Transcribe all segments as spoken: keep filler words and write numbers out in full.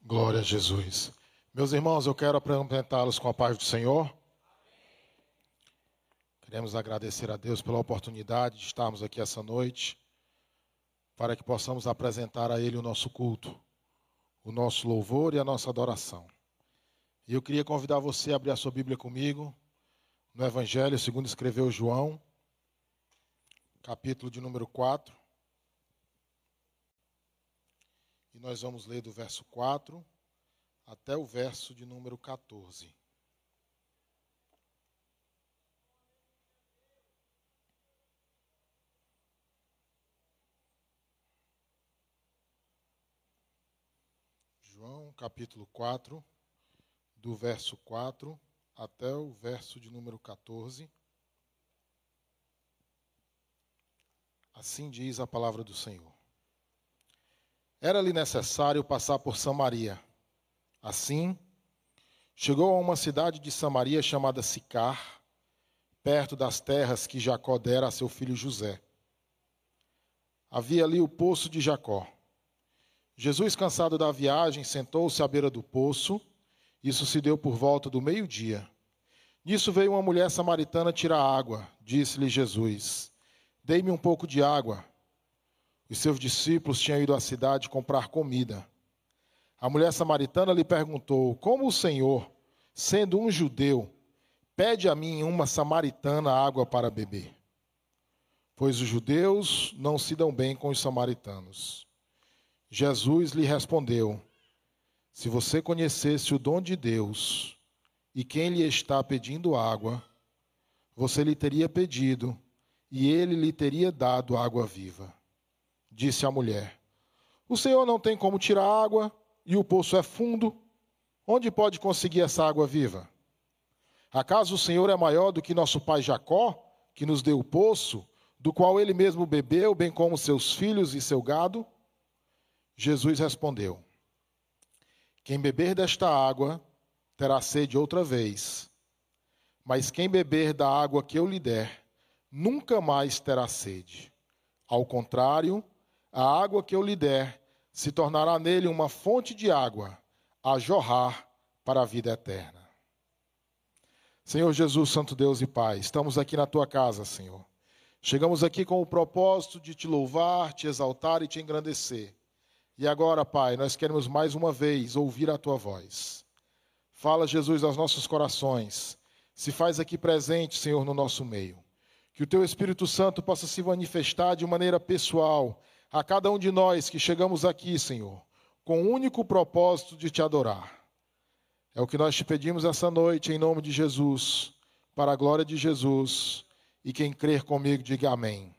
Glória a Jesus. Meus irmãos, eu quero apresentá-los com a paz do Senhor. Queremos agradecer a Deus pela oportunidade de estarmos aqui essa noite, para que possamos apresentar a Ele o nosso culto, o nosso louvor e a nossa adoração. E eu queria convidar você a abrir a sua Bíblia comigo, no Evangelho segundo escreveu João, capítulo de número quatro. E nós vamos ler do verso quatro até o verso de número quatorze. João, capítulo quatro, do verso quatro até o verso de número quatorze. Assim diz a palavra do Senhor. Era-lhe necessário passar por Samaria. Assim, chegou a uma cidade de Samaria chamada Sicar, perto das terras que Jacó dera a seu filho José. Havia ali o poço de Jacó. Jesus, cansado da viagem, sentou-se à beira do poço. Isso se deu por volta do meio-dia. Nisso veio uma mulher samaritana tirar água. Disse-lhe Jesus: "Dei-me um pouco de água." Os seus discípulos tinham ido à cidade comprar comida. A mulher samaritana lhe perguntou: "Como o Senhor, sendo um judeu, pede a mim, uma samaritana, água para beber?" Pois os judeus não se dão bem com os samaritanos. Jesus lhe respondeu: "Se você conhecesse o dom de Deus e quem lhe está pedindo água, você lhe teria pedido e ele lhe teria dado água viva." Disse a mulher: "O Senhor não tem como tirar água e o poço é fundo. Onde pode conseguir essa água viva? Acaso o Senhor é maior do que nosso pai Jacó, que nos deu o poço, do qual ele mesmo bebeu, bem como seus filhos e seu gado?" Jesus respondeu: "Quem beber desta água terá sede outra vez. Mas quem beber da água que eu lhe der, nunca mais terá sede. Ao contrário, a água que eu lhe der se tornará nele uma fonte de água a jorrar para a vida eterna." Senhor Jesus, Santo Deus e Pai, estamos aqui na Tua casa, Senhor. Chegamos aqui com o propósito de Te louvar, Te exaltar e Te engrandecer. E agora, Pai, nós queremos mais uma vez ouvir a Tua voz. Fala, Jesus, aos nossos corações. Se faz aqui presente, Senhor, no nosso meio. Que o Teu Espírito Santo possa se manifestar de maneira pessoal a cada um de nós que chegamos aqui, Senhor, com o único propósito de Te adorar. É o que nós Te pedimos essa noite, em nome de Jesus, para a glória de Jesus, e quem crer comigo, diga amém.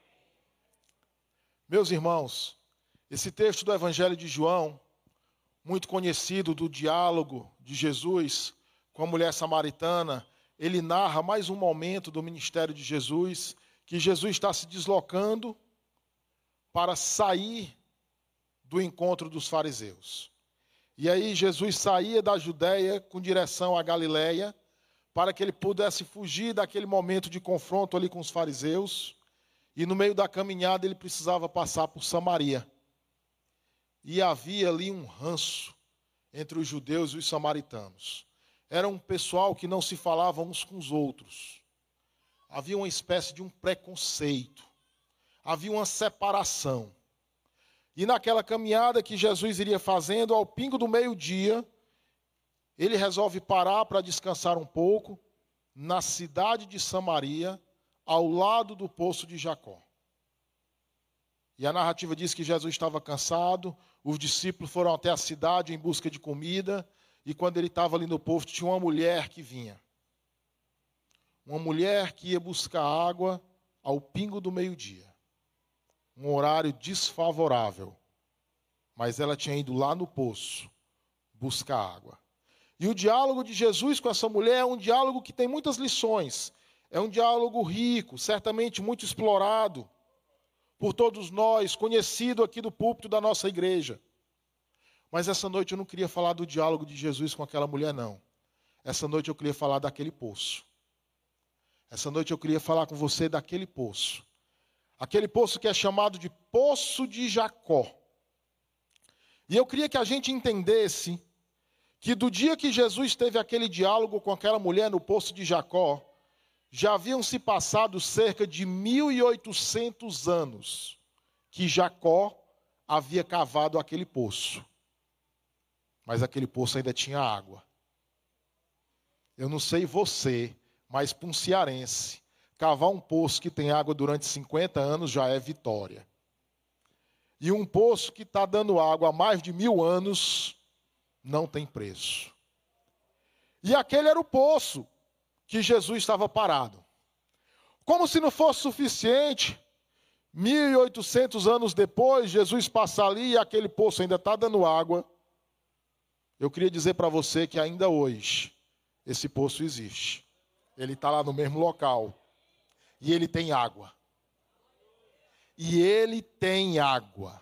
Meus irmãos, esse texto do Evangelho de João, muito conhecido do diálogo de Jesus com a mulher samaritana, ele narra mais um momento do ministério de Jesus, que Jesus está se deslocando para sair do encontro dos fariseus. E aí Jesus saía da Judeia com direção à Galileia, para que ele pudesse fugir daquele momento de confronto ali com os fariseus, e no meio da caminhada ele precisava passar por Samaria. E havia ali um ranço entre os judeus e os samaritanos. Era um pessoal que não se falava uns com os outros. Havia uma espécie de um preconceito. Havia uma separação. E naquela caminhada que Jesus iria fazendo, ao pingo do meio-dia, ele resolve parar para descansar um pouco na cidade de Samaria, ao lado do poço de Jacó. E a narrativa diz que Jesus estava cansado, os discípulos foram até a cidade em busca de comida, e quando ele estava ali no poço, tinha uma mulher que vinha. Uma mulher que ia buscar água ao pingo do meio-dia. Um horário desfavorável. Mas ela tinha ido lá no poço buscar água. E o diálogo de Jesus com essa mulher é um diálogo que tem muitas lições. É um diálogo rico, certamente muito explorado por todos nós, conhecido aqui do púlpito da nossa igreja. Mas essa noite eu não queria falar do diálogo de Jesus com aquela mulher, não. Essa noite eu queria falar daquele poço. Essa noite eu queria falar com você daquele poço. Aquele poço que é chamado de Poço de Jacó. E eu queria que a gente entendesse que do dia que Jesus teve aquele diálogo com aquela mulher no poço de Jacó, já haviam se passado cerca de mil e oitocentos anos que Jacó havia cavado aquele poço. Mas aquele poço ainda tinha água. Eu não sei você, mas para um cearense, cavar um poço que tem água durante cinquenta anos já é vitória. E um poço que está dando água há mais de mil anos não tem preço. E aquele era o poço que Jesus estava parado. Como se não fosse suficiente, mil e oitocentos anos depois, Jesus passa ali e aquele poço ainda está dando água. Eu queria dizer para você que ainda hoje, esse poço existe. Ele está lá no mesmo local. E ele tem água. E ele tem água.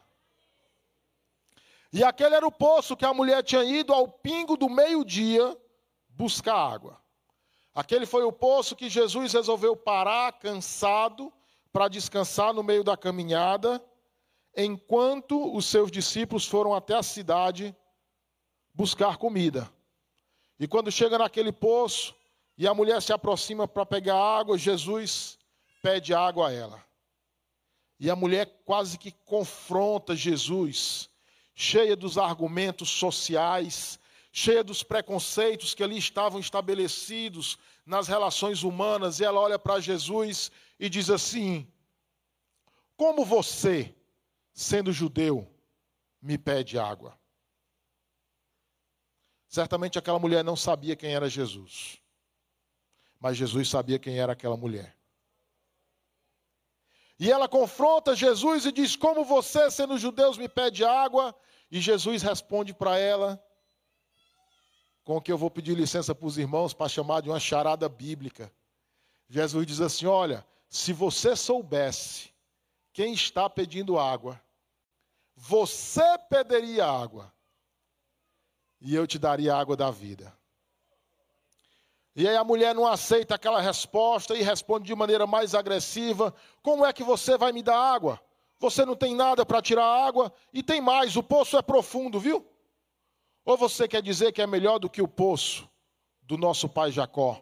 E aquele era o poço que a mulher tinha ido ao pingo do meio-dia buscar água. Aquele foi o poço que Jesus resolveu parar, cansado, para descansar no meio da caminhada, enquanto os seus discípulos foram até a cidade buscar comida. E quando chega naquele poço, e a mulher se aproxima para pegar água, Jesus pede água a ela. E a mulher quase que confronta Jesus, cheia dos argumentos sociais, cheia dos preconceitos que ali estavam estabelecidos nas relações humanas. E ela olha para Jesus e diz assim: como você, sendo judeu, me pede água? Certamente aquela mulher não sabia quem era Jesus. Mas Jesus sabia quem era aquela mulher. E ela confronta Jesus e diz: como você, sendo judeus, me pede água? E Jesus responde para ela, com o que eu vou pedir licença para os irmãos para chamar de uma charada bíblica. Jesus diz assim: olha, se você soubesse quem está pedindo água, você pediria água, e eu te daria a água da vida. E aí a mulher não aceita aquela resposta e responde de maneira mais agressiva: como é que você vai me dar água? Você não tem nada para tirar água, e tem mais, o poço é profundo, viu? Ou você quer dizer que é melhor do que o poço do nosso pai Jacó?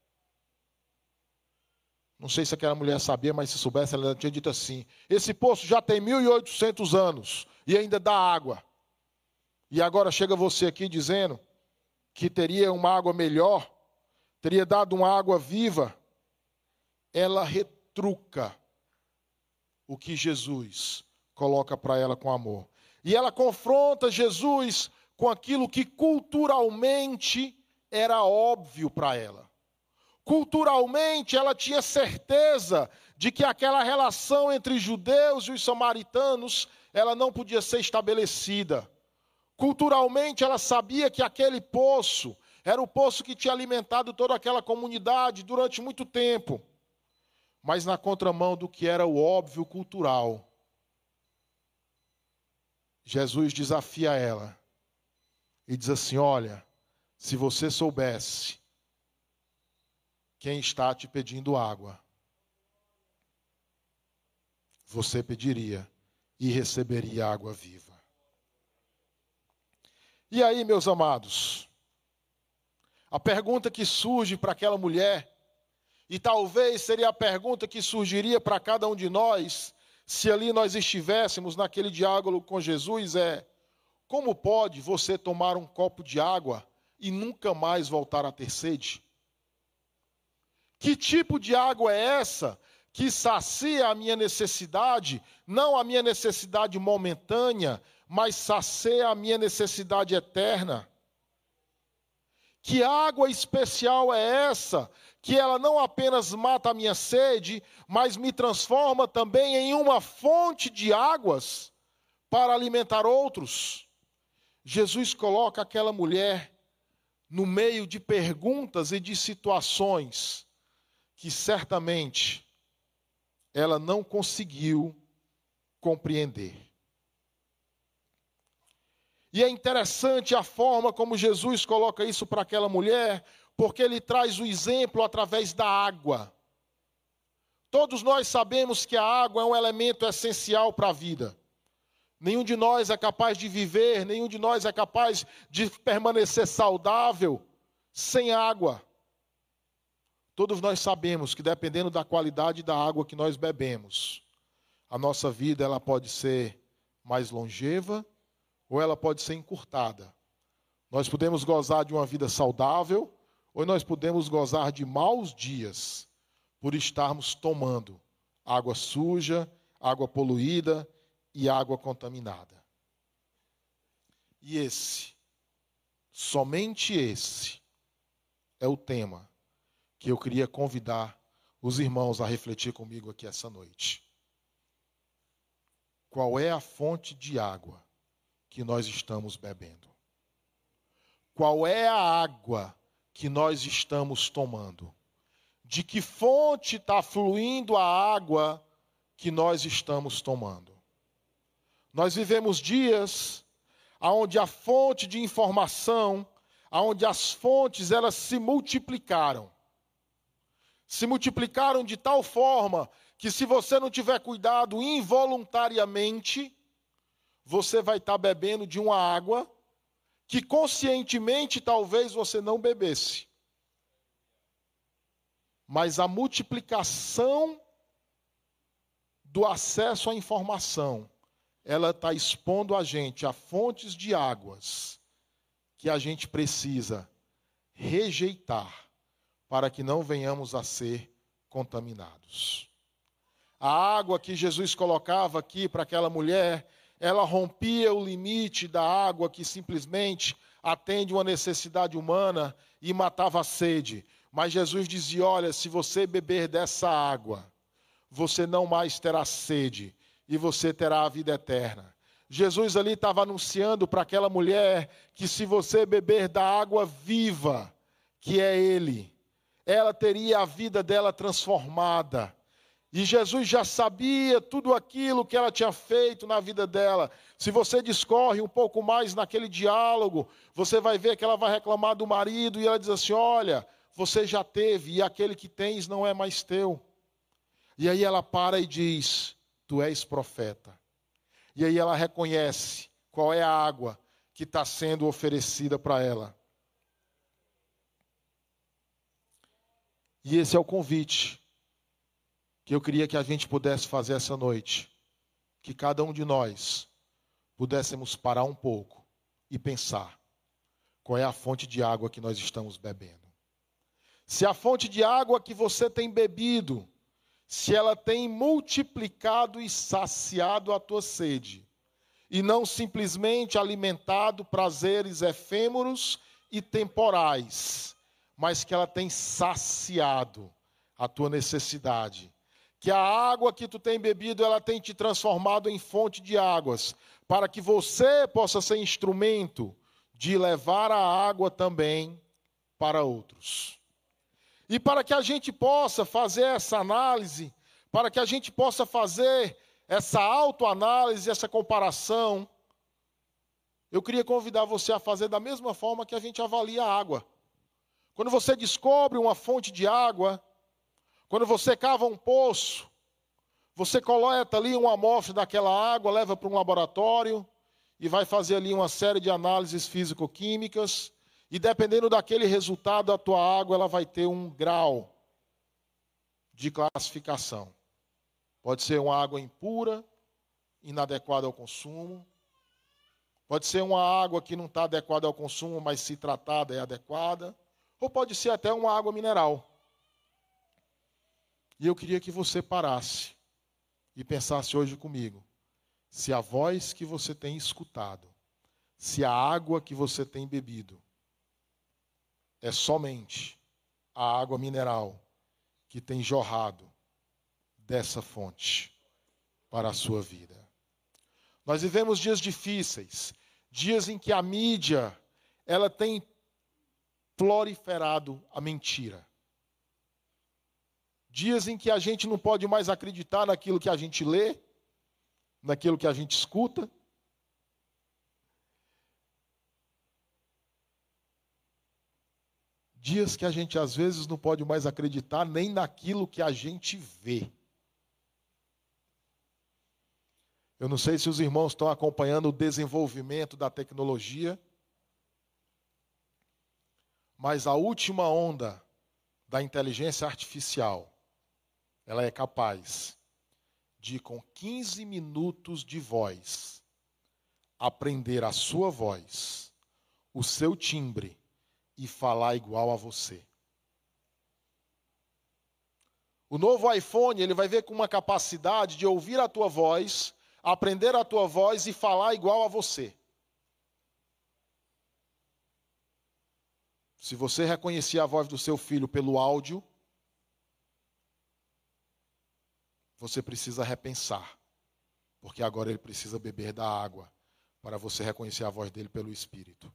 Não sei se aquela mulher sabia, mas se soubesse, ela tinha dito assim: esse poço já tem mil e oitocentos anos e ainda dá água. E agora chega você aqui dizendo que teria uma água melhor, teria dado uma água viva. Ela retruca o que Jesus coloca para ela com amor. E ela confronta Jesus com aquilo que culturalmente era óbvio para ela. Culturalmente, ela tinha certeza de que aquela relação entre judeus e os samaritanos, ela não podia ser estabelecida. Culturalmente, ela sabia que aquele poço era o poço que tinha alimentado toda aquela comunidade durante muito tempo. Mas na contramão do que era o óbvio cultural, Jesus desafia ela e diz assim: olha, se você soubesse quem está te pedindo água, você pediria e receberia água viva. E aí, meus amados, a pergunta que surge para aquela mulher, e talvez seria a pergunta que surgiria para cada um de nós, se ali nós estivéssemos naquele diálogo com Jesus, é: como pode você tomar um copo de água e nunca mais voltar a ter sede? Que tipo de água é essa que sacia a minha necessidade, não a minha necessidade momentânea, mas sacia a minha necessidade eterna? Que água especial é essa, que ela não apenas mata a minha sede, mas me transforma também em uma fonte de águas para alimentar outros? Jesus coloca aquela mulher no meio de perguntas e de situações que certamente ela não conseguiu compreender. E é interessante a forma como Jesus coloca isso para aquela mulher, porque ele traz o exemplo através da água. Todos nós sabemos que a água é um elemento essencial para a vida. Nenhum de nós é capaz de viver, nenhum de nós é capaz de permanecer saudável sem água. Todos nós sabemos que dependendo da qualidade da água que nós bebemos, a nossa vida ela pode ser mais longeva ou ela pode ser encurtada. Nós podemos gozar de uma vida saudável ou nós podemos gozar de maus dias por estarmos tomando água suja, água poluída e água contaminada. E esse, somente esse, é o tema que eu queria convidar os irmãos a refletir comigo aqui essa noite. Qual é a fonte de água que nós estamos bebendo? Qual é a água que nós estamos tomando? De que fonte está fluindo a água que nós estamos tomando? Nós vivemos dias onde a fonte de informação, onde as fontes elas se multiplicaram. Se multiplicaram de tal forma que se você não tiver cuidado involuntariamente, você vai estar bebendo de uma água que conscientemente talvez você não bebesse. Mas a multiplicação do acesso à informação, ela está expondo a gente a fontes de águas que a gente precisa rejeitar para que não venhamos a ser contaminados. A água que Jesus colocava aqui para aquela mulher, ela rompia o limite da água que simplesmente atende uma necessidade humana e matava a sede. Mas Jesus dizia, olha, se você beber dessa água, você não mais terá sede e você terá a vida eterna. Jesus ali estava anunciando para aquela mulher que se você beber da água viva, que é Ele, ela teria a vida dela transformada. E Jesus já sabia tudo aquilo que ela tinha feito na vida dela. Se você discorre um pouco mais naquele diálogo, você vai ver que ela vai reclamar do marido e ela diz assim, olha, você já teve e aquele que tens não é mais teu. E aí ela para e diz, tu és profeta. E aí ela reconhece qual é a água que está sendo oferecida para ela. E esse é o convite que eu queria que a gente pudesse fazer essa noite. Que cada um de nós pudéssemos parar um pouco e pensar qual é a fonte de água que nós estamos bebendo. Se a fonte de água que você tem bebido, se ela tem multiplicado e saciado a tua sede, e não simplesmente alimentado prazeres efêmeros e temporais, mas que ela tem saciado a tua necessidade. Que a água que tu tem bebido, ela tem te transformado em fonte de águas, para que você possa ser instrumento de levar a água também para outros. E para que a gente possa fazer essa análise, para que a gente possa fazer essa autoanálise, essa comparação, eu queria convidar você a fazer da mesma forma que a gente avalia a água. Quando você descobre uma fonte de água, quando você cava um poço, você coleta ali uma amostra daquela água, leva para um laboratório e vai fazer ali uma série de análises físico-químicas. E dependendo daquele resultado, a tua água ela vai ter um grau de classificação. Pode ser uma água impura, inadequada ao consumo. Pode ser uma água que não está adequada ao consumo, mas se tratada é adequada. Ou pode ser até uma água mineral. E eu queria que você parasse e pensasse hoje comigo. Se a voz que você tem escutado, se a água que você tem bebido, é somente a água mineral que tem jorrado dessa fonte para a sua vida. Nós vivemos dias difíceis, dias em que a mídia ela tem proliferado a mentira. Dias em que a gente não pode mais acreditar naquilo que a gente lê, naquilo que a gente escuta. Dias que a gente às vezes não pode mais acreditar nem naquilo que a gente vê. Eu não sei se os irmãos estão acompanhando o desenvolvimento da tecnologia, mas a última onda da inteligência artificial, ela é capaz de, com quinze minutos de voz, aprender a sua voz, o seu timbre e falar igual a você. O novo iPhone, ele vai vir com uma capacidade de ouvir a tua voz, aprender a tua voz e falar igual a você. Se você reconhecer a voz do seu filho pelo áudio, você precisa repensar, porque agora ele precisa beber da água para você reconhecer a voz dele pelo Espírito.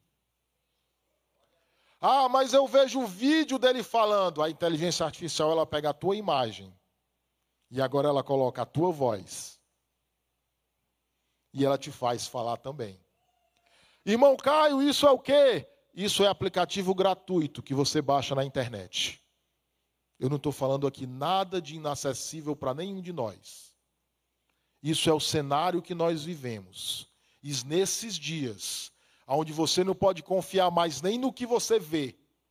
Ah, mas eu vejo o vídeo dele falando. A inteligência artificial, ela pega a tua imagem e agora ela coloca a tua voz. E ela te faz falar também. Irmão Caio, isso é o quê? Isso é aplicativo gratuito que você baixa na internet. Eu não estou falando aqui nada de inacessível para nenhum de nós. Isso é o cenário que nós vivemos. E nesses dias, onde você não pode confiar mais nem no que você vê,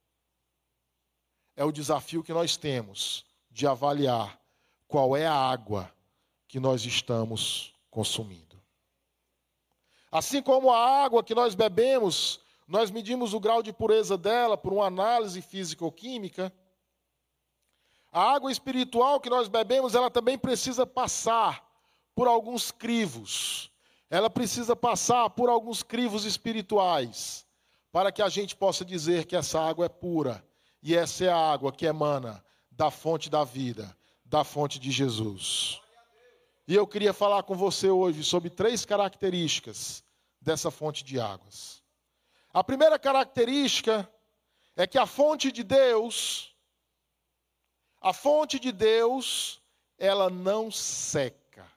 é o desafio que nós temos de avaliar qual é a água que nós estamos consumindo. Assim como a água que nós bebemos, nós medimos o grau de pureza dela por uma análise físico-química. A água espiritual que nós bebemos, ela também precisa passar por alguns crivos. Ela precisa passar por alguns crivos espirituais, para que a gente possa dizer que essa água é pura. E essa é a água que emana da fonte da vida, da fonte de Jesus. E eu queria falar com você hoje sobre três características dessa fonte de águas. A primeira característica é que a fonte de Deus, a fonte de Deus, ela não seca.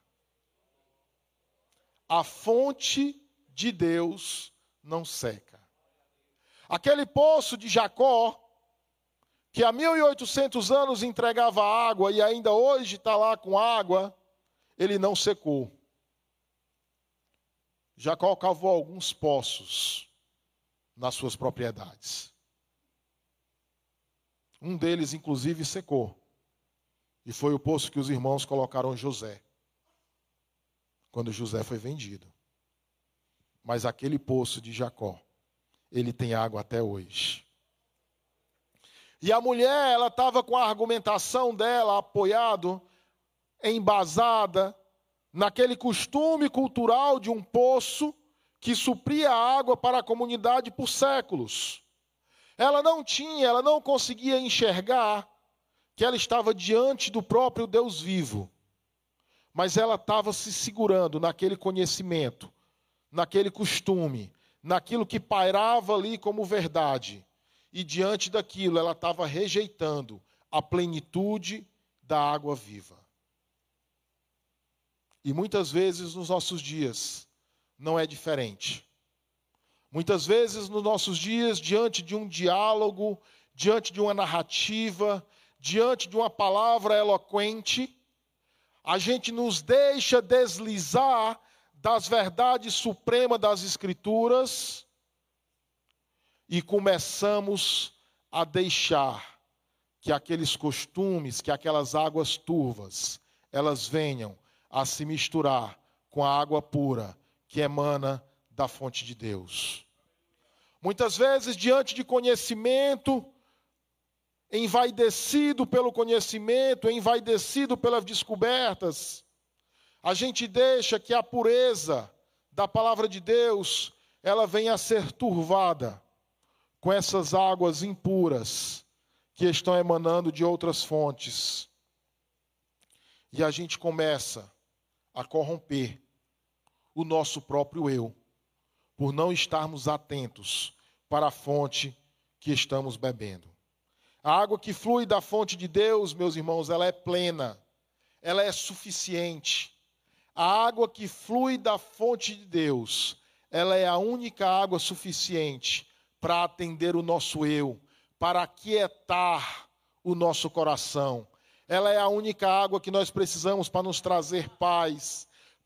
A fonte de Deus não seca. Aquele poço de Jacó, que há mil e oitocentos anos entregava água e ainda hoje está lá com água, ele não secou. Jacó cavou alguns poços nas suas propriedades. Um deles, inclusive, secou. E foi o poço que os irmãos colocaram José, quando José foi vendido. Mas aquele poço de Jacó, ele tem água até hoje. E a mulher, ela estava com a argumentação dela apoiado, embasada naquele costume cultural de um poço que supria água para a comunidade por séculos. Ela não tinha, ela não conseguia enxergar que ela estava diante do próprio Deus vivo. Mas ela estava se segurando naquele conhecimento, naquele costume, naquilo que pairava ali como verdade. E diante daquilo ela estava rejeitando a plenitude da água viva. E muitas vezes nos nossos dias não é diferente. Muitas vezes nos nossos dias, diante de um diálogo, diante de uma narrativa, diante de uma palavra eloquente, a gente nos deixa deslizar das verdades supremas das Escrituras e começamos a deixar que aqueles costumes, que aquelas águas turvas, elas venham a se misturar com a água pura que emana da fonte de Deus. Muitas vezes, diante de conhecimento, envaidecido pelo conhecimento, envaidecido pelas descobertas, a gente deixa que a pureza da palavra de Deus, ela venha a ser turvada com essas águas impuras que estão emanando de outras fontes. E a gente começa a corromper o nosso próprio eu, por não estarmos atentos para a fonte que estamos bebendo. A água que flui da fonte de Deus, meus irmãos, ela é plena, ela é suficiente. A água que flui da fonte de Deus, ela é a única água suficiente para atender o nosso eu, para aquietar o nosso coração. Ela é a única água que nós precisamos para nos trazer paz,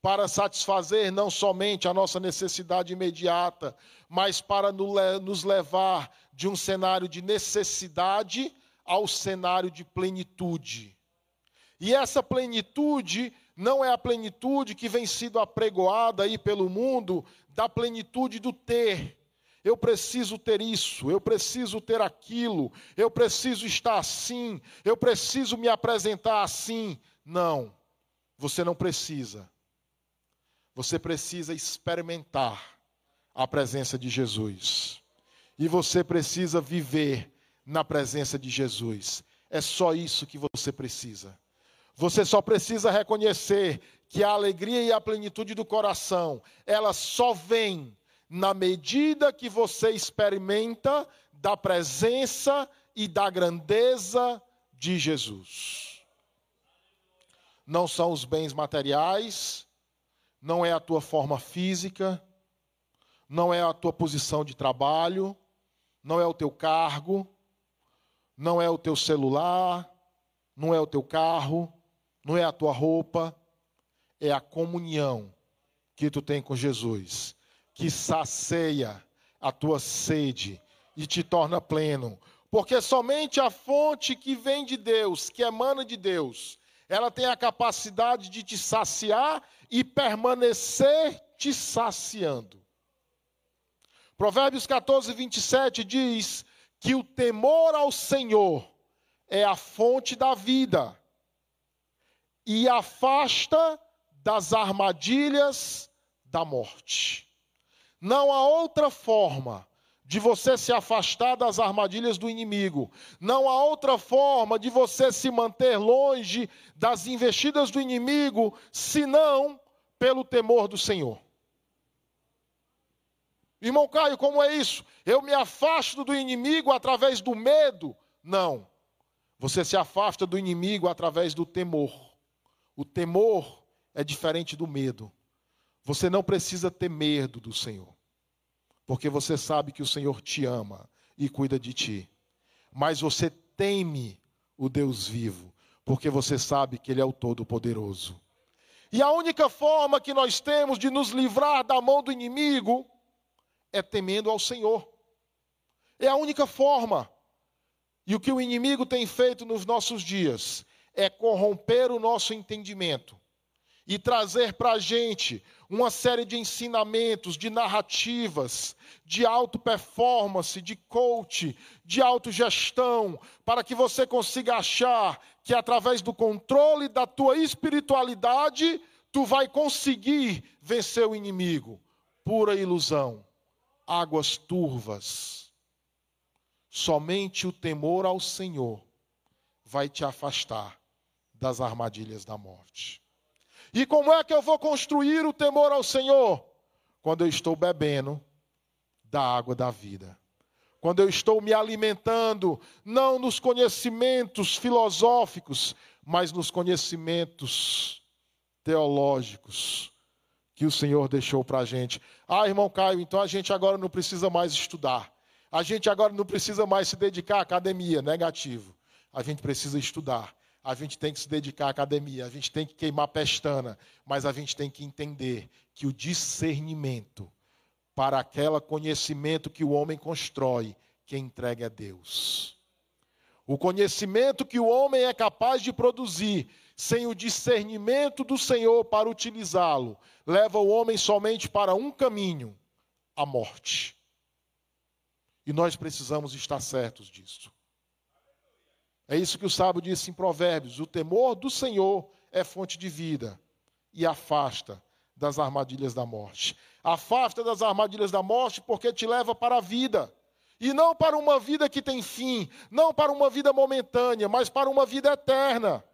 para satisfazer não somente a nossa necessidade imediata, mas para nos levar de um cenário de necessidade ao cenário de plenitude. E essa plenitude não é a plenitude que vem sido apregoada aí pelo mundo, da plenitude do ter. Eu preciso ter isso, eu preciso ter aquilo, eu preciso estar assim, eu preciso me apresentar assim. Não, você não precisa. Você precisa experimentar a presença de Jesus. E você precisa viver na presença de Jesus. É só isso que você precisa. Você só precisa reconhecer que a alegria e a plenitude do coração, ela só vem na medida que você experimenta da presença e da grandeza de Jesus. Não são os bens materiais, não é a tua forma física, não é a tua posição de trabalho, não é o teu cargo, não é o teu celular, não é o teu carro, não é a tua roupa, é a comunhão que tu tem com Jesus, que sacia a tua sede e te torna pleno. Porque somente a fonte que vem de Deus, que emana de Deus, ela tem a capacidade de te saciar e permanecer te saciando. Provérbios catorze, vinte e sete diz que o temor ao Senhor é a fonte da vida e afasta das armadilhas da morte. Não há outra forma de você se afastar das armadilhas do inimigo. Não há outra forma de você se manter longe das investidas do inimigo, senão pelo temor do Senhor. Irmão Caio, como é isso? Eu me afasto do inimigo através do medo? Não. Você se afasta do inimigo através do temor. O temor é diferente do medo. Você não precisa ter medo do Senhor, porque você sabe que o Senhor te ama e cuida de ti. Mas você teme o Deus vivo, porque você sabe que Ele é o Todo-Poderoso. E a única forma que nós temos de nos livrar da mão do inimigo é temendo ao Senhor. É a única forma. E o que o inimigo tem feito nos nossos dias é corromper o nosso entendimento e trazer para a gente uma série de ensinamentos, de narrativas, de auto-performance, de coach, de autogestão, para que você consiga achar que através do controle da tua espiritualidade, tu vai conseguir vencer o inimigo. Pura ilusão, águas turvas. Somente o temor ao Senhor vai te afastar das armadilhas da morte. E como é que eu vou construir o temor ao Senhor? Quando eu estou bebendo da água da vida. Quando eu estou me alimentando, não nos conhecimentos filosóficos, mas nos conhecimentos teológicos que o Senhor deixou para a gente. Ah, irmão Caio, então a gente agora não precisa mais estudar. A gente agora não precisa mais se dedicar à academia. Negativo. A gente precisa estudar. A gente tem que se dedicar à academia, a gente tem que queimar pestana, mas a gente tem que entender que o discernimento para aquele conhecimento que o homem constrói, quem entrega é Deus. O conhecimento que o homem é capaz de produzir, sem o discernimento do Senhor para utilizá-lo, leva o homem somente para um caminho, a morte. E nós precisamos estar certos disso. É isso que o sábio disse em Provérbios: o temor do Senhor é fonte de vida e afasta das armadilhas da morte. Afasta das armadilhas da morte porque te leva para a vida. E não para uma vida que tem fim, não para uma vida momentânea, mas para uma vida eterna.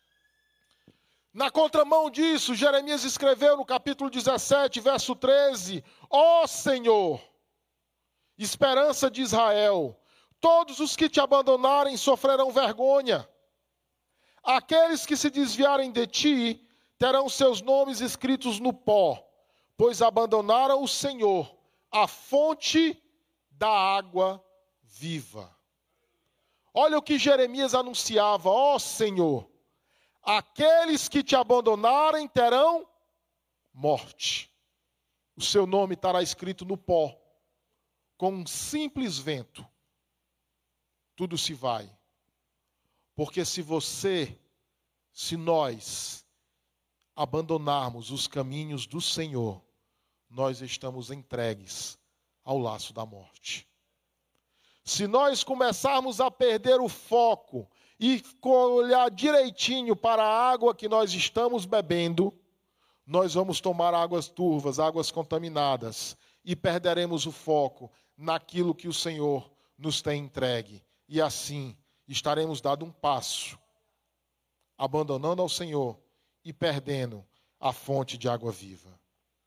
Na contramão disso, Jeremias escreveu no capítulo dezessete, verso treze: ó Senhor, esperança de Israel, todos os que te abandonarem sofrerão vergonha. Aqueles que se desviarem de ti terão seus nomes escritos no pó, pois abandonaram o Senhor, a fonte da água viva. Olha o que Jeremias anunciava: ó Senhor, aqueles que te abandonarem terão morte. O seu nome estará escrito no pó. Com um simples vento, tudo se vai. Porque se você, se nós abandonarmos os caminhos do Senhor, nós estamos entregues ao laço da morte. Se nós começarmos a perder o foco e olhar direitinho para a água que nós estamos bebendo, nós vamos tomar águas turvas, águas contaminadas, e perderemos o foco naquilo que o Senhor nos tem entregue. E assim estaremos dando um passo, abandonando ao Senhor e perdendo a fonte de água viva.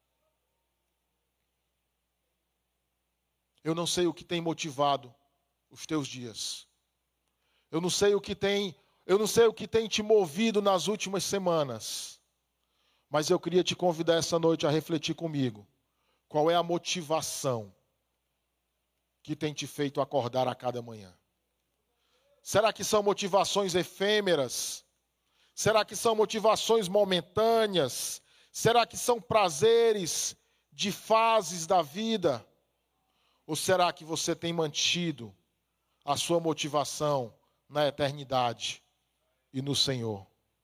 Eu não sei o que tem motivado os teus dias. Eu não sei o que tem, eu não sei o que tem te movido nas últimas semanas. Mas eu queria te convidar essa noite a refletir comigo. Qual é a motivação que tem te feito acordar a cada manhã? Será que são motivações efêmeras? Será que são motivações momentâneas? Será que são prazeres de fases da vida? Ou será que você tem mantido a sua motivação na eternidade e no Senhor?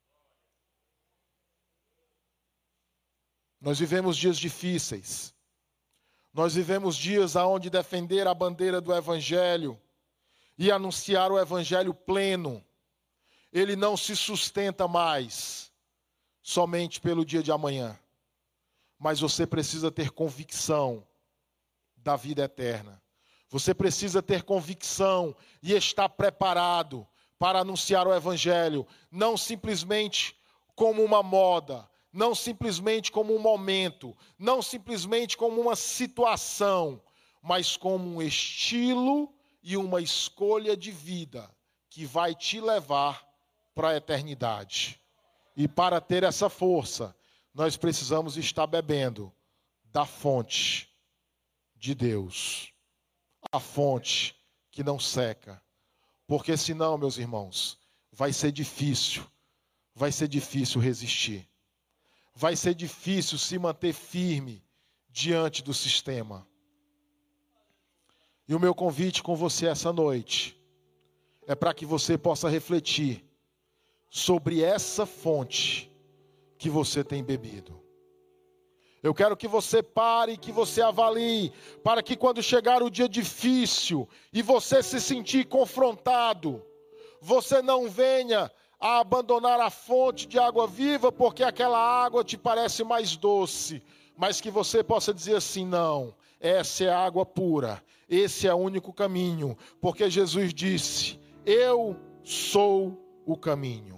Nós vivemos dias difíceis. Nós vivemos dias onde defender a bandeira do Evangelho e anunciar o Evangelho pleno, ele não se sustenta mais somente pelo dia de amanhã. Mas você precisa ter convicção da vida eterna. Você precisa ter convicção e estar preparado para anunciar o Evangelho, não simplesmente como uma moda, não simplesmente como um momento, não simplesmente como uma situação, mas como um estilo e uma escolha de vida que vai te levar para a eternidade. E para ter essa força, nós precisamos estar bebendo da fonte de Deus, a fonte que não seca. Porque senão, meus irmãos, vai ser difícil, vai ser difícil resistir. Vai ser difícil se manter firme diante do sistema. E o meu convite com você essa noite é para que você possa refletir sobre essa fonte que você tem bebido. Eu quero que você pare, que você avalie, para que quando chegar o dia difícil e você se sentir confrontado, você não venha a abandonar a fonte de água viva porque aquela água te parece mais doce, mas que você possa dizer assim: não, essa é a água pura, esse é o único caminho, porque Jesus disse: eu sou o caminho.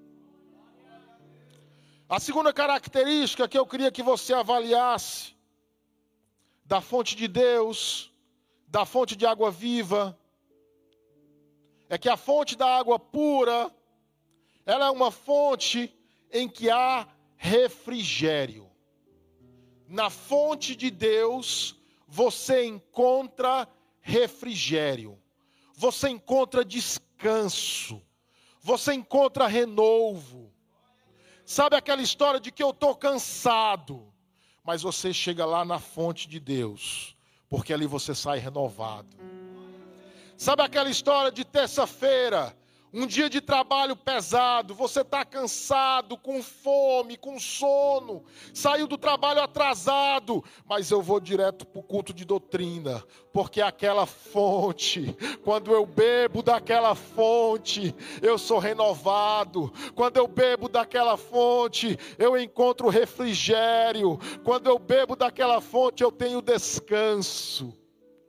A segunda característica que eu queria que você avaliasse da fonte de Deus, da fonte de água viva, é que a fonte da água pura, ela é uma fonte em que há refrigério. Na fonte de Deus, você encontra refrigério. Você encontra descanso. Você encontra renovo. Sabe aquela história de que eu estou cansado? Mas você chega lá na fonte de Deus, porque ali você sai renovado. Sabe aquela história de terça-feira? Um dia de trabalho pesado, você está cansado, com fome, com sono, saiu do trabalho atrasado, mas eu vou direto para o culto de doutrina, porque aquela fonte, quando eu bebo daquela fonte, eu sou renovado. Quando eu bebo daquela fonte, eu encontro refrigério. Quando eu bebo daquela fonte, eu tenho descanso.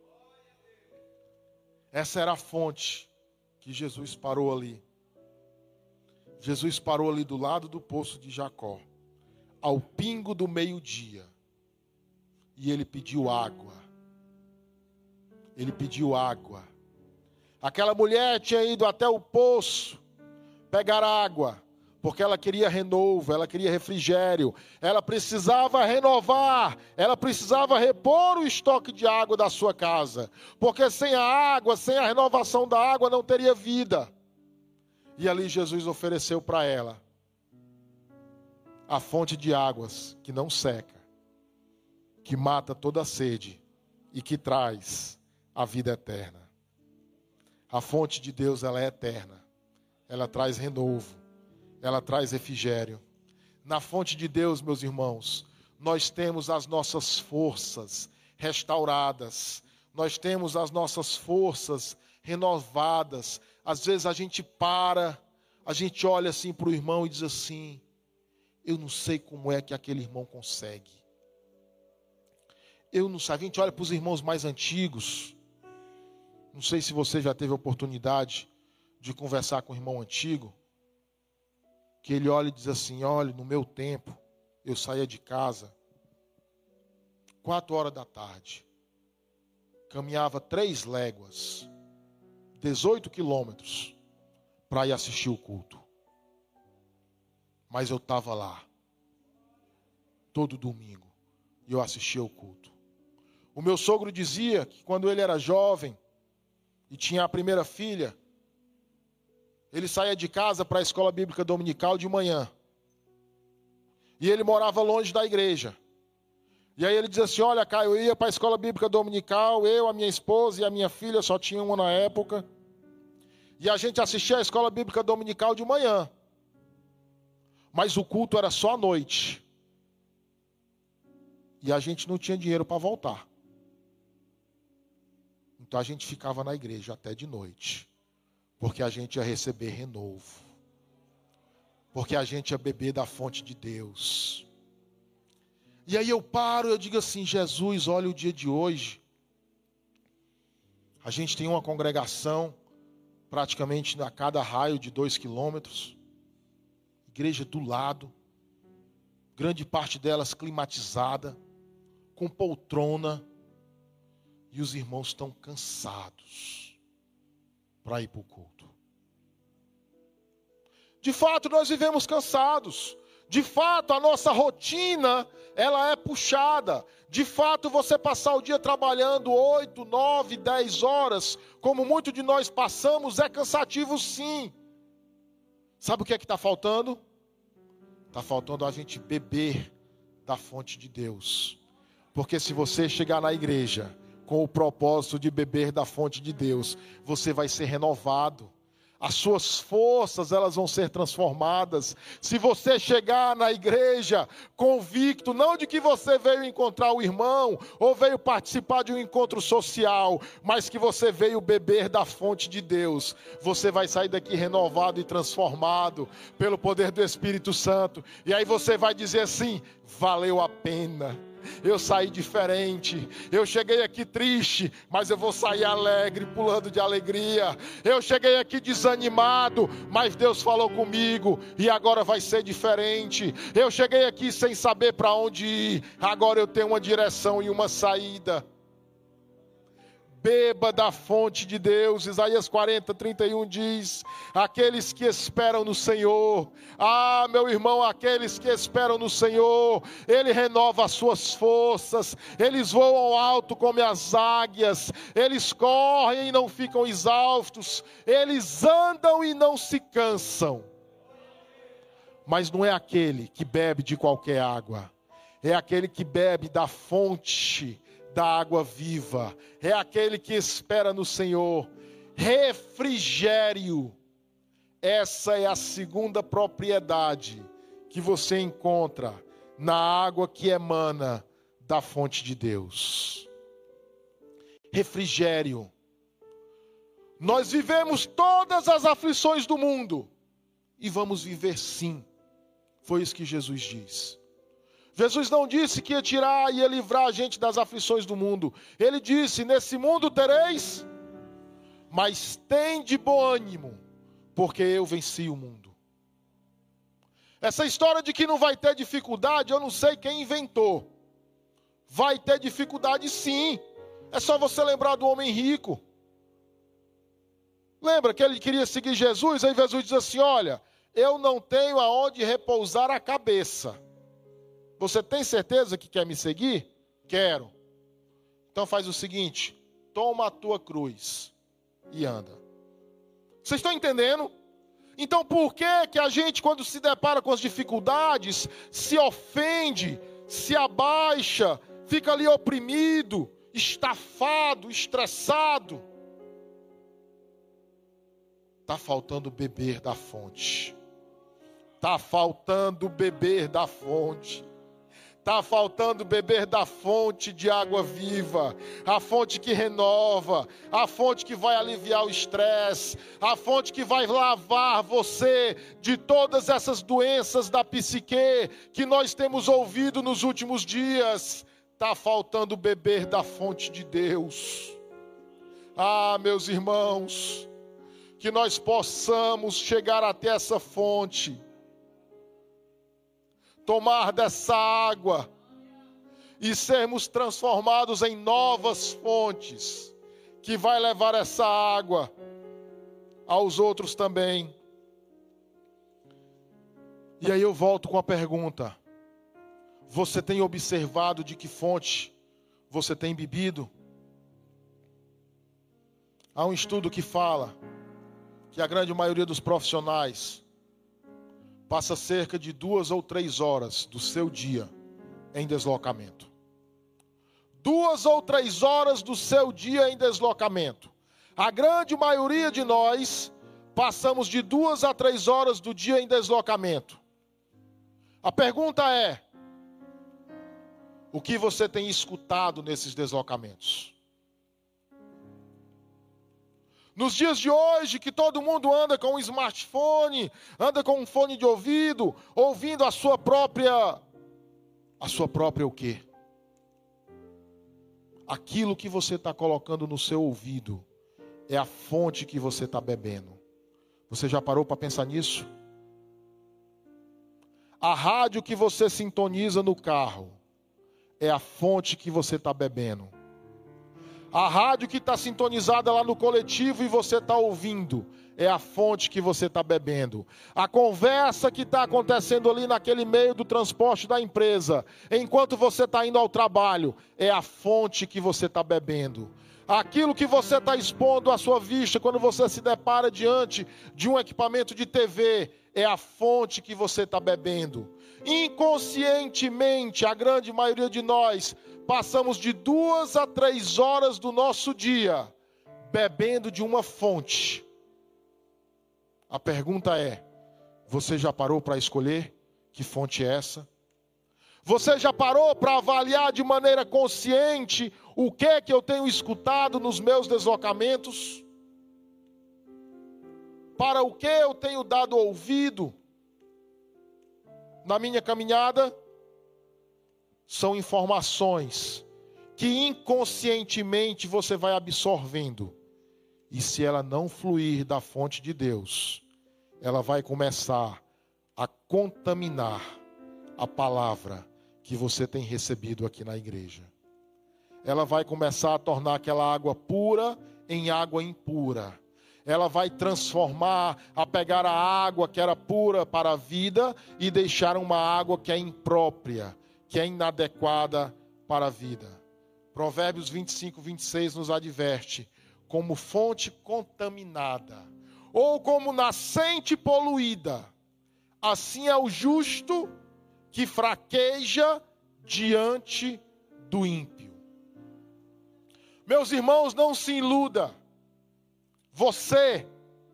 Essa era a fonte que Jesus parou ali. Jesus parou ali do lado do poço de Jacó, ao pingo do meio-dia, e ele pediu água. Ele pediu água. Aquela mulher tinha ido até o poço pegar água, porque ela queria renovo, ela queria refrigério, ela precisava renovar, ela precisava repor o estoque de água da sua casa, porque sem a água, sem a renovação da água, não teria vida. E ali Jesus ofereceu para ela a fonte de águas que não seca, que mata toda a sede e que traz a vida eterna. A fonte de Deus, ela é eterna. Ela traz renovo, ela traz refrigério. Na fonte de Deus, meus irmãos, nós temos as nossas forças restauradas, nós temos as nossas forças renovadas. Às vezes a gente para, a gente olha assim para o irmão e diz assim: eu não sei como é que aquele irmão consegue. Eu não sei. A gente olha para os irmãos mais antigos. Não sei se você já teve a oportunidade de conversar com um irmão antigo, que ele olha e diz assim: olha, no meu tempo, eu saía de casa quatro horas da tarde, caminhava três léguas, dezoito quilômetros, para ir assistir o culto. Mas eu estava lá, todo domingo, e eu assistia o culto. O meu sogro dizia que quando ele era jovem, e tinha a primeira filha, ele saía de casa para a escola bíblica dominical de manhã. E ele morava longe da igreja. E aí ele dizia assim: olha, Caio, eu ia para a escola bíblica dominical, eu, a minha esposa e a minha filha, só tinha uma na época. E a gente assistia a escola bíblica dominical de manhã. Mas o culto era só à noite. E a gente não tinha dinheiro para voltar. Então a gente ficava na igreja até de noite. Porque a gente ia receber renovo. Porque a gente ia beber da fonte de Deus. E aí eu paro e eu digo assim: Jesus, olha o dia de hoje. A gente tem uma congregação praticamente a cada raio de dois quilômetros. Igreja do lado. Grande parte delas climatizada, com poltrona. E os irmãos estão cansados para ir para o culto. De fato, nós vivemos cansados. De fato, a nossa rotina, ela é puxada. De fato, você passar o dia trabalhando oito, nove, dez horas, como muitos de nós passamos, é cansativo sim. Sabe o que é que está faltando? Está faltando a gente beber da fonte de Deus. Porque se você chegar na igreja com o propósito de beber da fonte de Deus, você vai ser renovado. As suas forças, elas vão ser transformadas. Se você chegar na igreja convicto, não de que você veio encontrar o irmão, ou veio participar de um encontro social, mas que você veio beber da fonte de Deus, você vai sair daqui renovado e transformado pelo poder do Espírito Santo. E aí você vai dizer assim: valeu a pena. Eu saí diferente. Eu cheguei aqui triste, mas eu vou sair alegre, pulando de alegria. Eu cheguei aqui desanimado, mas Deus falou comigo e agora vai ser diferente. Eu cheguei aqui sem saber para onde ir, agora eu tenho uma direção e uma saída. Beba da fonte de Deus. Isaías quarenta, trinta e um diz: aqueles que esperam no Senhor, ah, meu irmão, aqueles que esperam no Senhor, Ele renova as suas forças, eles voam alto como as águias, eles correm e não ficam exaustos, eles andam e não se cansam. Mas não é aquele que bebe de qualquer água, é aquele que bebe da fonte da água viva, é aquele que espera no Senhor. Refrigério, essa é a segunda propriedade que você encontra na água que emana da fonte de Deus. Refrigério. Nós vivemos todas as aflições do mundo e vamos viver sim. Foi isso que Jesus diz. Jesus não disse que ia tirar e ia livrar a gente das aflições do mundo. Ele disse: nesse mundo tereis, mas tende bom ânimo, porque eu venci o mundo. Essa história de que não vai ter dificuldade, eu não sei quem inventou. Vai ter dificuldade sim. É só você lembrar do homem rico. Lembra que ele queria seguir Jesus? Aí Jesus diz assim: olha, eu não tenho aonde repousar a cabeça. Você tem certeza que quer me seguir? Quero. Então faz o seguinte: toma a tua cruz e anda. Vocês estão entendendo? Então por que que a gente, quando se depara com as dificuldades, se ofende, se abaixa, fica ali oprimido, estafado, estressado? Está faltando beber da fonte. Está faltando beber da fonte. Está faltando beber da fonte de água viva, a fonte que renova, a fonte que vai aliviar o estresse, a fonte que vai lavar você de todas essas doenças da psique que nós temos ouvido nos últimos dias. Está faltando beber da fonte de Deus. Ah, meus irmãos, que nós possamos chegar até essa fonte, tomar dessa água e sermos transformados em novas fontes, que vai levar essa água aos outros também. E aí eu volto com a pergunta: você tem observado de que fonte você tem bebido? Há um estudo que fala que a grande maioria dos profissionais passa cerca de duas ou três horas do seu dia em deslocamento. Duas ou três horas do seu dia em deslocamento. A grande maioria de nós passamos de duas a três horas do dia em deslocamento. A pergunta é: o que você tem escutado nesses deslocamentos? Nos dias de hoje, que todo mundo anda com um smartphone, anda com um fone de ouvido, ouvindo a sua própria... A sua própria o quê? Aquilo que você está colocando no seu ouvido é a fonte que você está bebendo. Você já parou para pensar nisso? A rádio que você sintoniza no carro é a fonte que você está bebendo. A rádio que está sintonizada lá no coletivo e você está ouvindo é a fonte que você está bebendo. A conversa que está acontecendo ali naquele meio do transporte da empresa, enquanto você está indo ao trabalho, é a fonte que você está bebendo. Aquilo que você está expondo à sua vista quando você se depara diante de um equipamento de T V, é a fonte que você está bebendo. Inconscientemente, a grande maioria de nós passamos de duas a três horas do nosso dia bebendo de uma fonte. A pergunta é: você já parou para escolher que fonte é essa? Você já parou para avaliar de maneira consciente o que é que eu tenho escutado nos meus deslocamentos? Para o que eu tenho dado ouvido na minha caminhada? São informações que inconscientemente você vai absorvendo. E se ela não fluir da fonte de Deus, ela vai começar a contaminar a palavra que você tem recebido aqui na igreja. Ela vai começar a tornar aquela água pura em água impura. Ela vai transformar, a pegar a água que era pura para a vida e deixar uma água que é imprópria, que é inadequada para a vida. Provérbios vinte e cinco, vinte e seis nos adverte: como fonte contaminada, ou como nascente poluída, assim é o justo que fraqueja diante do ímpio. Meus irmãos, não se iluda. Você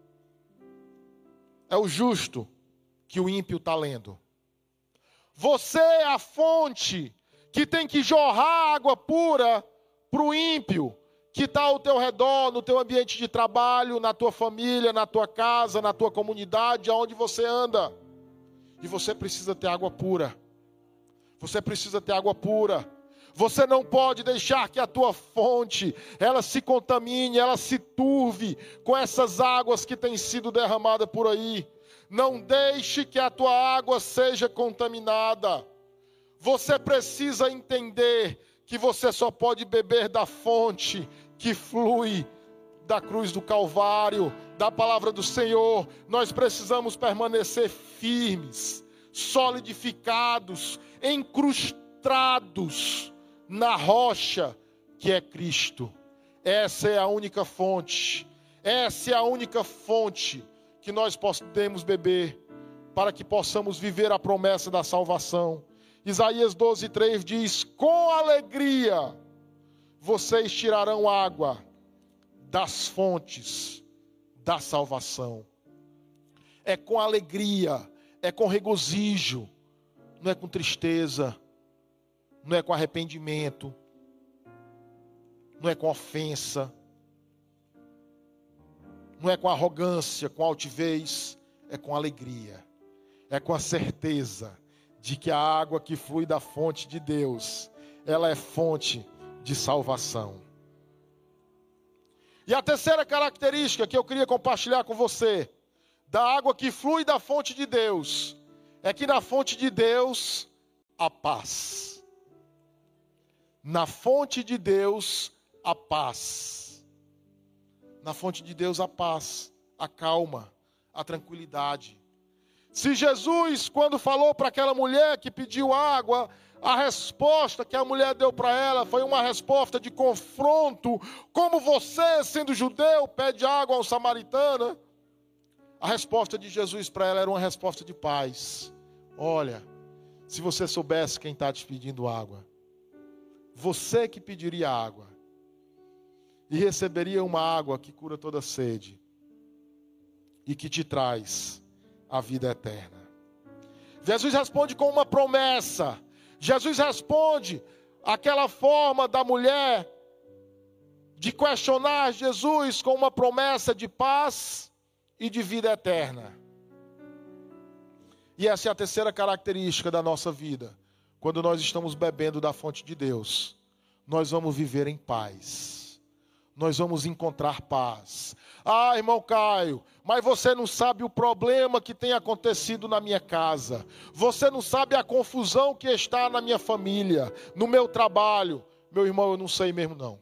é o justo que o ímpio está lendo. Você é a fonte que tem que jorrar água pura para o ímpio que está ao teu redor, no teu ambiente de trabalho, na tua família, na tua casa, na tua comunidade, aonde você anda. E você precisa ter água pura. Você precisa ter água pura. Você não pode deixar que a tua fonte, ela se contamine, ela se turve com essas águas que têm sido derramadas por aí. Não deixe que a tua água seja contaminada. Você precisa entender que você só pode beber da fonte que flui da cruz do Calvário, da palavra do Senhor. Nós precisamos permanecer firmes, solidificados, encrustados na rocha que é Cristo. Essa é a única fonte, essa é a única fonte que nós podemos beber, para que possamos viver a promessa da salvação. Isaías doze, três diz: com alegria vocês tirarão água das fontes da salvação. É com alegria, é com regozijo, não é com tristeza, não é com arrependimento, não é com ofensa, não é com arrogância, com altivez, é com alegria, é com a certeza de que a água que flui da fonte de Deus, ela é fonte de salvação. E a terceira característica que eu queria compartilhar com você, da água que flui da fonte de Deus, é que na fonte de Deus há paz. Na fonte de Deus há paz. Na fonte de Deus há paz, a calma, a tranquilidade. Se Jesus, quando falou para aquela mulher que pediu água, a resposta que a mulher deu para ela foi uma resposta de confronto. Como você, sendo judeu, pede água ao samaritano? A resposta de Jesus para ela era uma resposta de paz. Olha, se você soubesse quem está te pedindo água, você que pediria água e receberia uma água que cura toda sede e que te traz a vida eterna. Jesus responde com uma promessa. Jesus responde aquela forma da mulher de questionar Jesus com uma promessa de paz e de vida eterna. E essa é a terceira característica da nossa vida. Quando nós estamos bebendo da fonte de Deus, nós vamos viver em paz. Nós vamos encontrar paz. Ah, irmão Caio, mas você não sabe o problema que tem acontecido na minha casa. Você não sabe a confusão que está na minha família, no meu trabalho. Meu irmão, eu não sei mesmo não.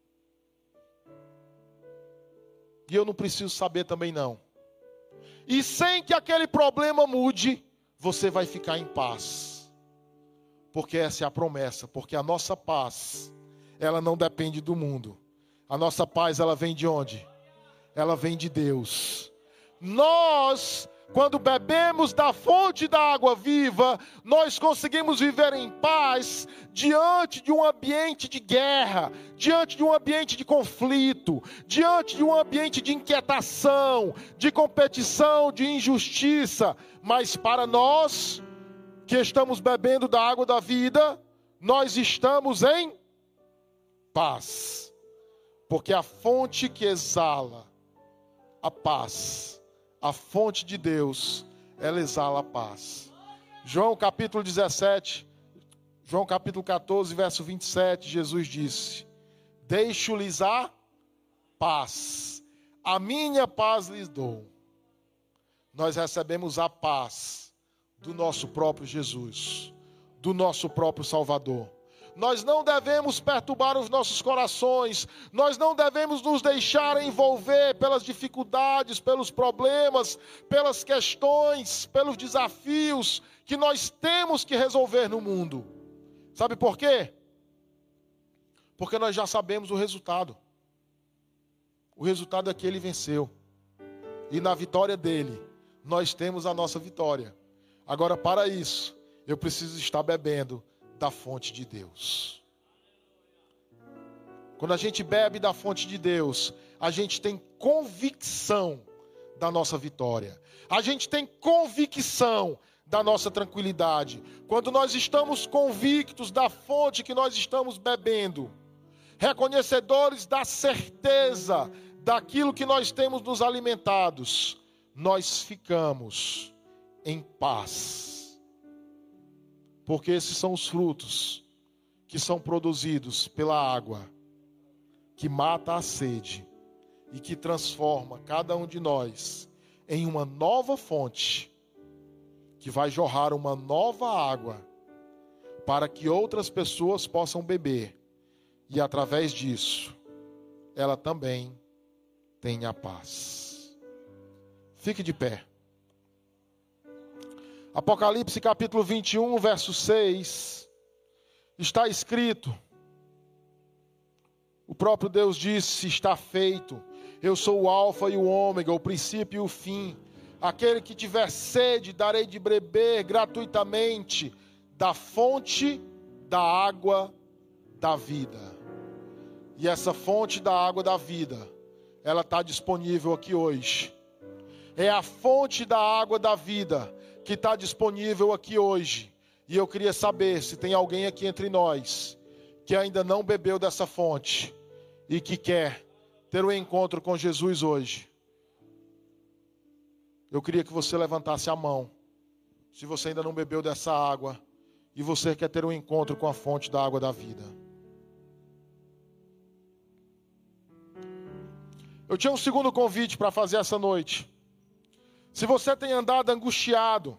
E eu não preciso saber também não. E sem que aquele problema mude, você vai ficar em paz. Porque essa é a promessa. Porque a nossa paz, ela não depende do mundo. A nossa paz, ela vem de onde? Ela vem de Deus. Nós, quando bebemos da fonte da água viva, nós conseguimos viver em paz diante de um ambiente de guerra, diante de um ambiente de conflito, diante de um ambiente de inquietação, de competição, de injustiça. Mas para nós, que estamos bebendo da água da vida, nós estamos em paz. Porque a fonte que exala a paz, a fonte de Deus, ela exala a paz. João capítulo dezessete, João capítulo catorze, verso vinte e sete, Jesus disse: deixo-lhes a paz, a minha paz lhes dou. Nós recebemos a paz do nosso próprio Jesus, do nosso próprio Salvador. Nós não devemos perturbar os nossos corações, nós não devemos nos deixar envolver pelas dificuldades, pelos problemas, pelas questões, pelos desafios que nós temos que resolver no mundo. Sabe por quê? Porque nós já sabemos o resultado. O resultado é que ele venceu. E na vitória dele, nós temos a nossa vitória. Agora, para isso, eu preciso estar bebendo da fonte de Deus. Quando a gente bebe da fonte de Deus, a gente tem convicção da nossa vitória. A gente tem convicção da nossa tranquilidade. Quando nós estamos convictos da fonte que nós estamos bebendo, reconhecedores da certeza daquilo que nós temos nos alimentados, nós ficamos em paz. Porque esses são os frutos que são produzidos pela água, que mata a sede e que transforma cada um de nós em uma nova fonte, que vai jorrar uma nova água, para que outras pessoas possam beber, e através disso, ela também tenha paz. Fique de pé. Apocalipse capítulo vinte e um, verso seis, está escrito, o próprio Deus disse: está feito, eu sou o alfa e o ômega, o princípio e o fim, Aquele que tiver sede, darei de beber gratuitamente da fonte da água da vida. E essa fonte da água da vida, ela está disponível aqui hoje. É a fonte da água da vida que está disponível aqui hoje. E eu queria saber se tem alguém aqui entre nós que ainda não bebeu dessa fonte e que quer ter um encontro com Jesus hoje. Eu queria que você levantasse a mão, se você ainda não bebeu dessa água e você quer ter um encontro com a fonte da água da vida. Eu tinha um segundo convite para fazer essa noite. Se você tem andado angustiado,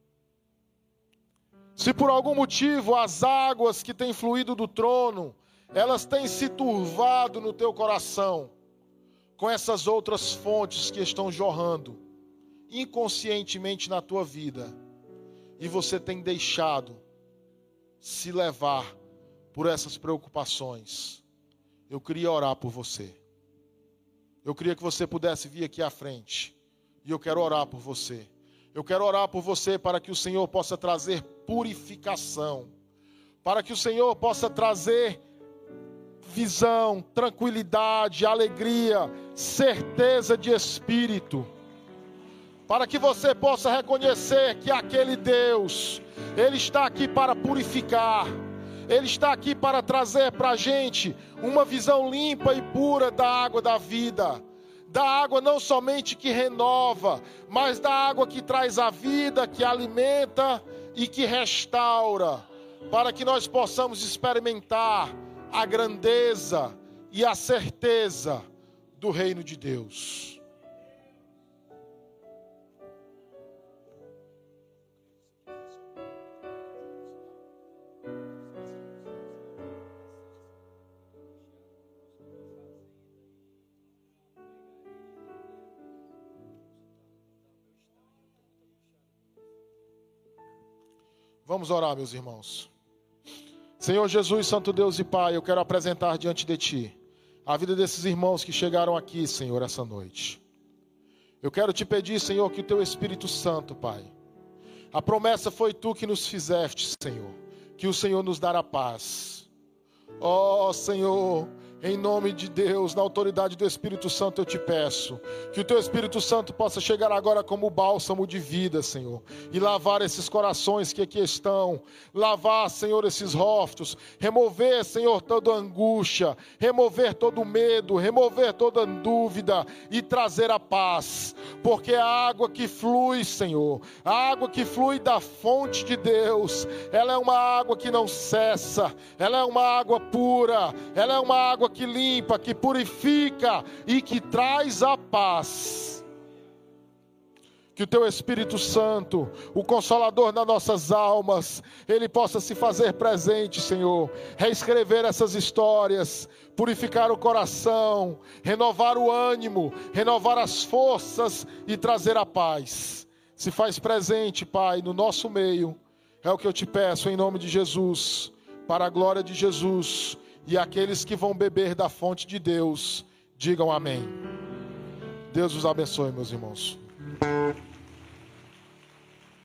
se por algum motivo as águas que têm fluído do trono, elas têm se turvado no teu coração, com essas outras fontes que estão jorrando inconscientemente na tua vida, e você tem deixado se levar por essas preocupações, eu queria orar por você. Eu queria que você pudesse vir aqui à frente, e eu quero orar por você. Eu quero orar por você para que o Senhor possa trazer purificação, para que o Senhor possa trazer visão, tranquilidade, alegria, certeza de espírito, para que você possa reconhecer que aquele Deus, Ele está aqui para purificar, Ele está aqui para trazer para a gente uma visão limpa e pura da água da vida, da água não somente que renova, mas da água que traz a vida, que alimenta e que restaura, para que nós possamos experimentar a grandeza e a certeza do reino de Deus. Vamos orar, meus irmãos. Senhor Jesus, Santo Deus e Pai, eu quero apresentar diante de Ti a vida desses irmãos que chegaram aqui, Senhor, essa noite. Eu quero Te pedir, Senhor, que o Teu Espírito Santo, Pai, a promessa foi Tu que nos fizeste, Senhor, que o Senhor nos dará paz. Ó Senhor, em nome de Deus, na autoridade do Espírito Santo, eu te peço que o Teu Espírito Santo possa chegar agora como bálsamo de vida, Senhor, e lavar esses corações que aqui estão, lavar, Senhor, esses rostos, remover, Senhor, toda angústia, remover todo medo, remover toda dúvida e trazer a paz, porque a água que flui, Senhor, a água que flui da fonte de Deus, ela é uma água que não cessa, ela é uma água pura, ela é uma água que limpa, que purifica e que traz a paz. Que o Teu Espírito Santo, o Consolador das nossas almas, Ele possa se fazer presente, Senhor, reescrever essas histórias, purificar o coração, renovar o ânimo, renovar as forças e trazer a paz. Se faz presente, Pai, no nosso meio, é o que eu te peço em nome de Jesus, para a glória de Jesus. E aqueles que vão beber da fonte de Deus, digam amém. Deus os abençoe, meus irmãos.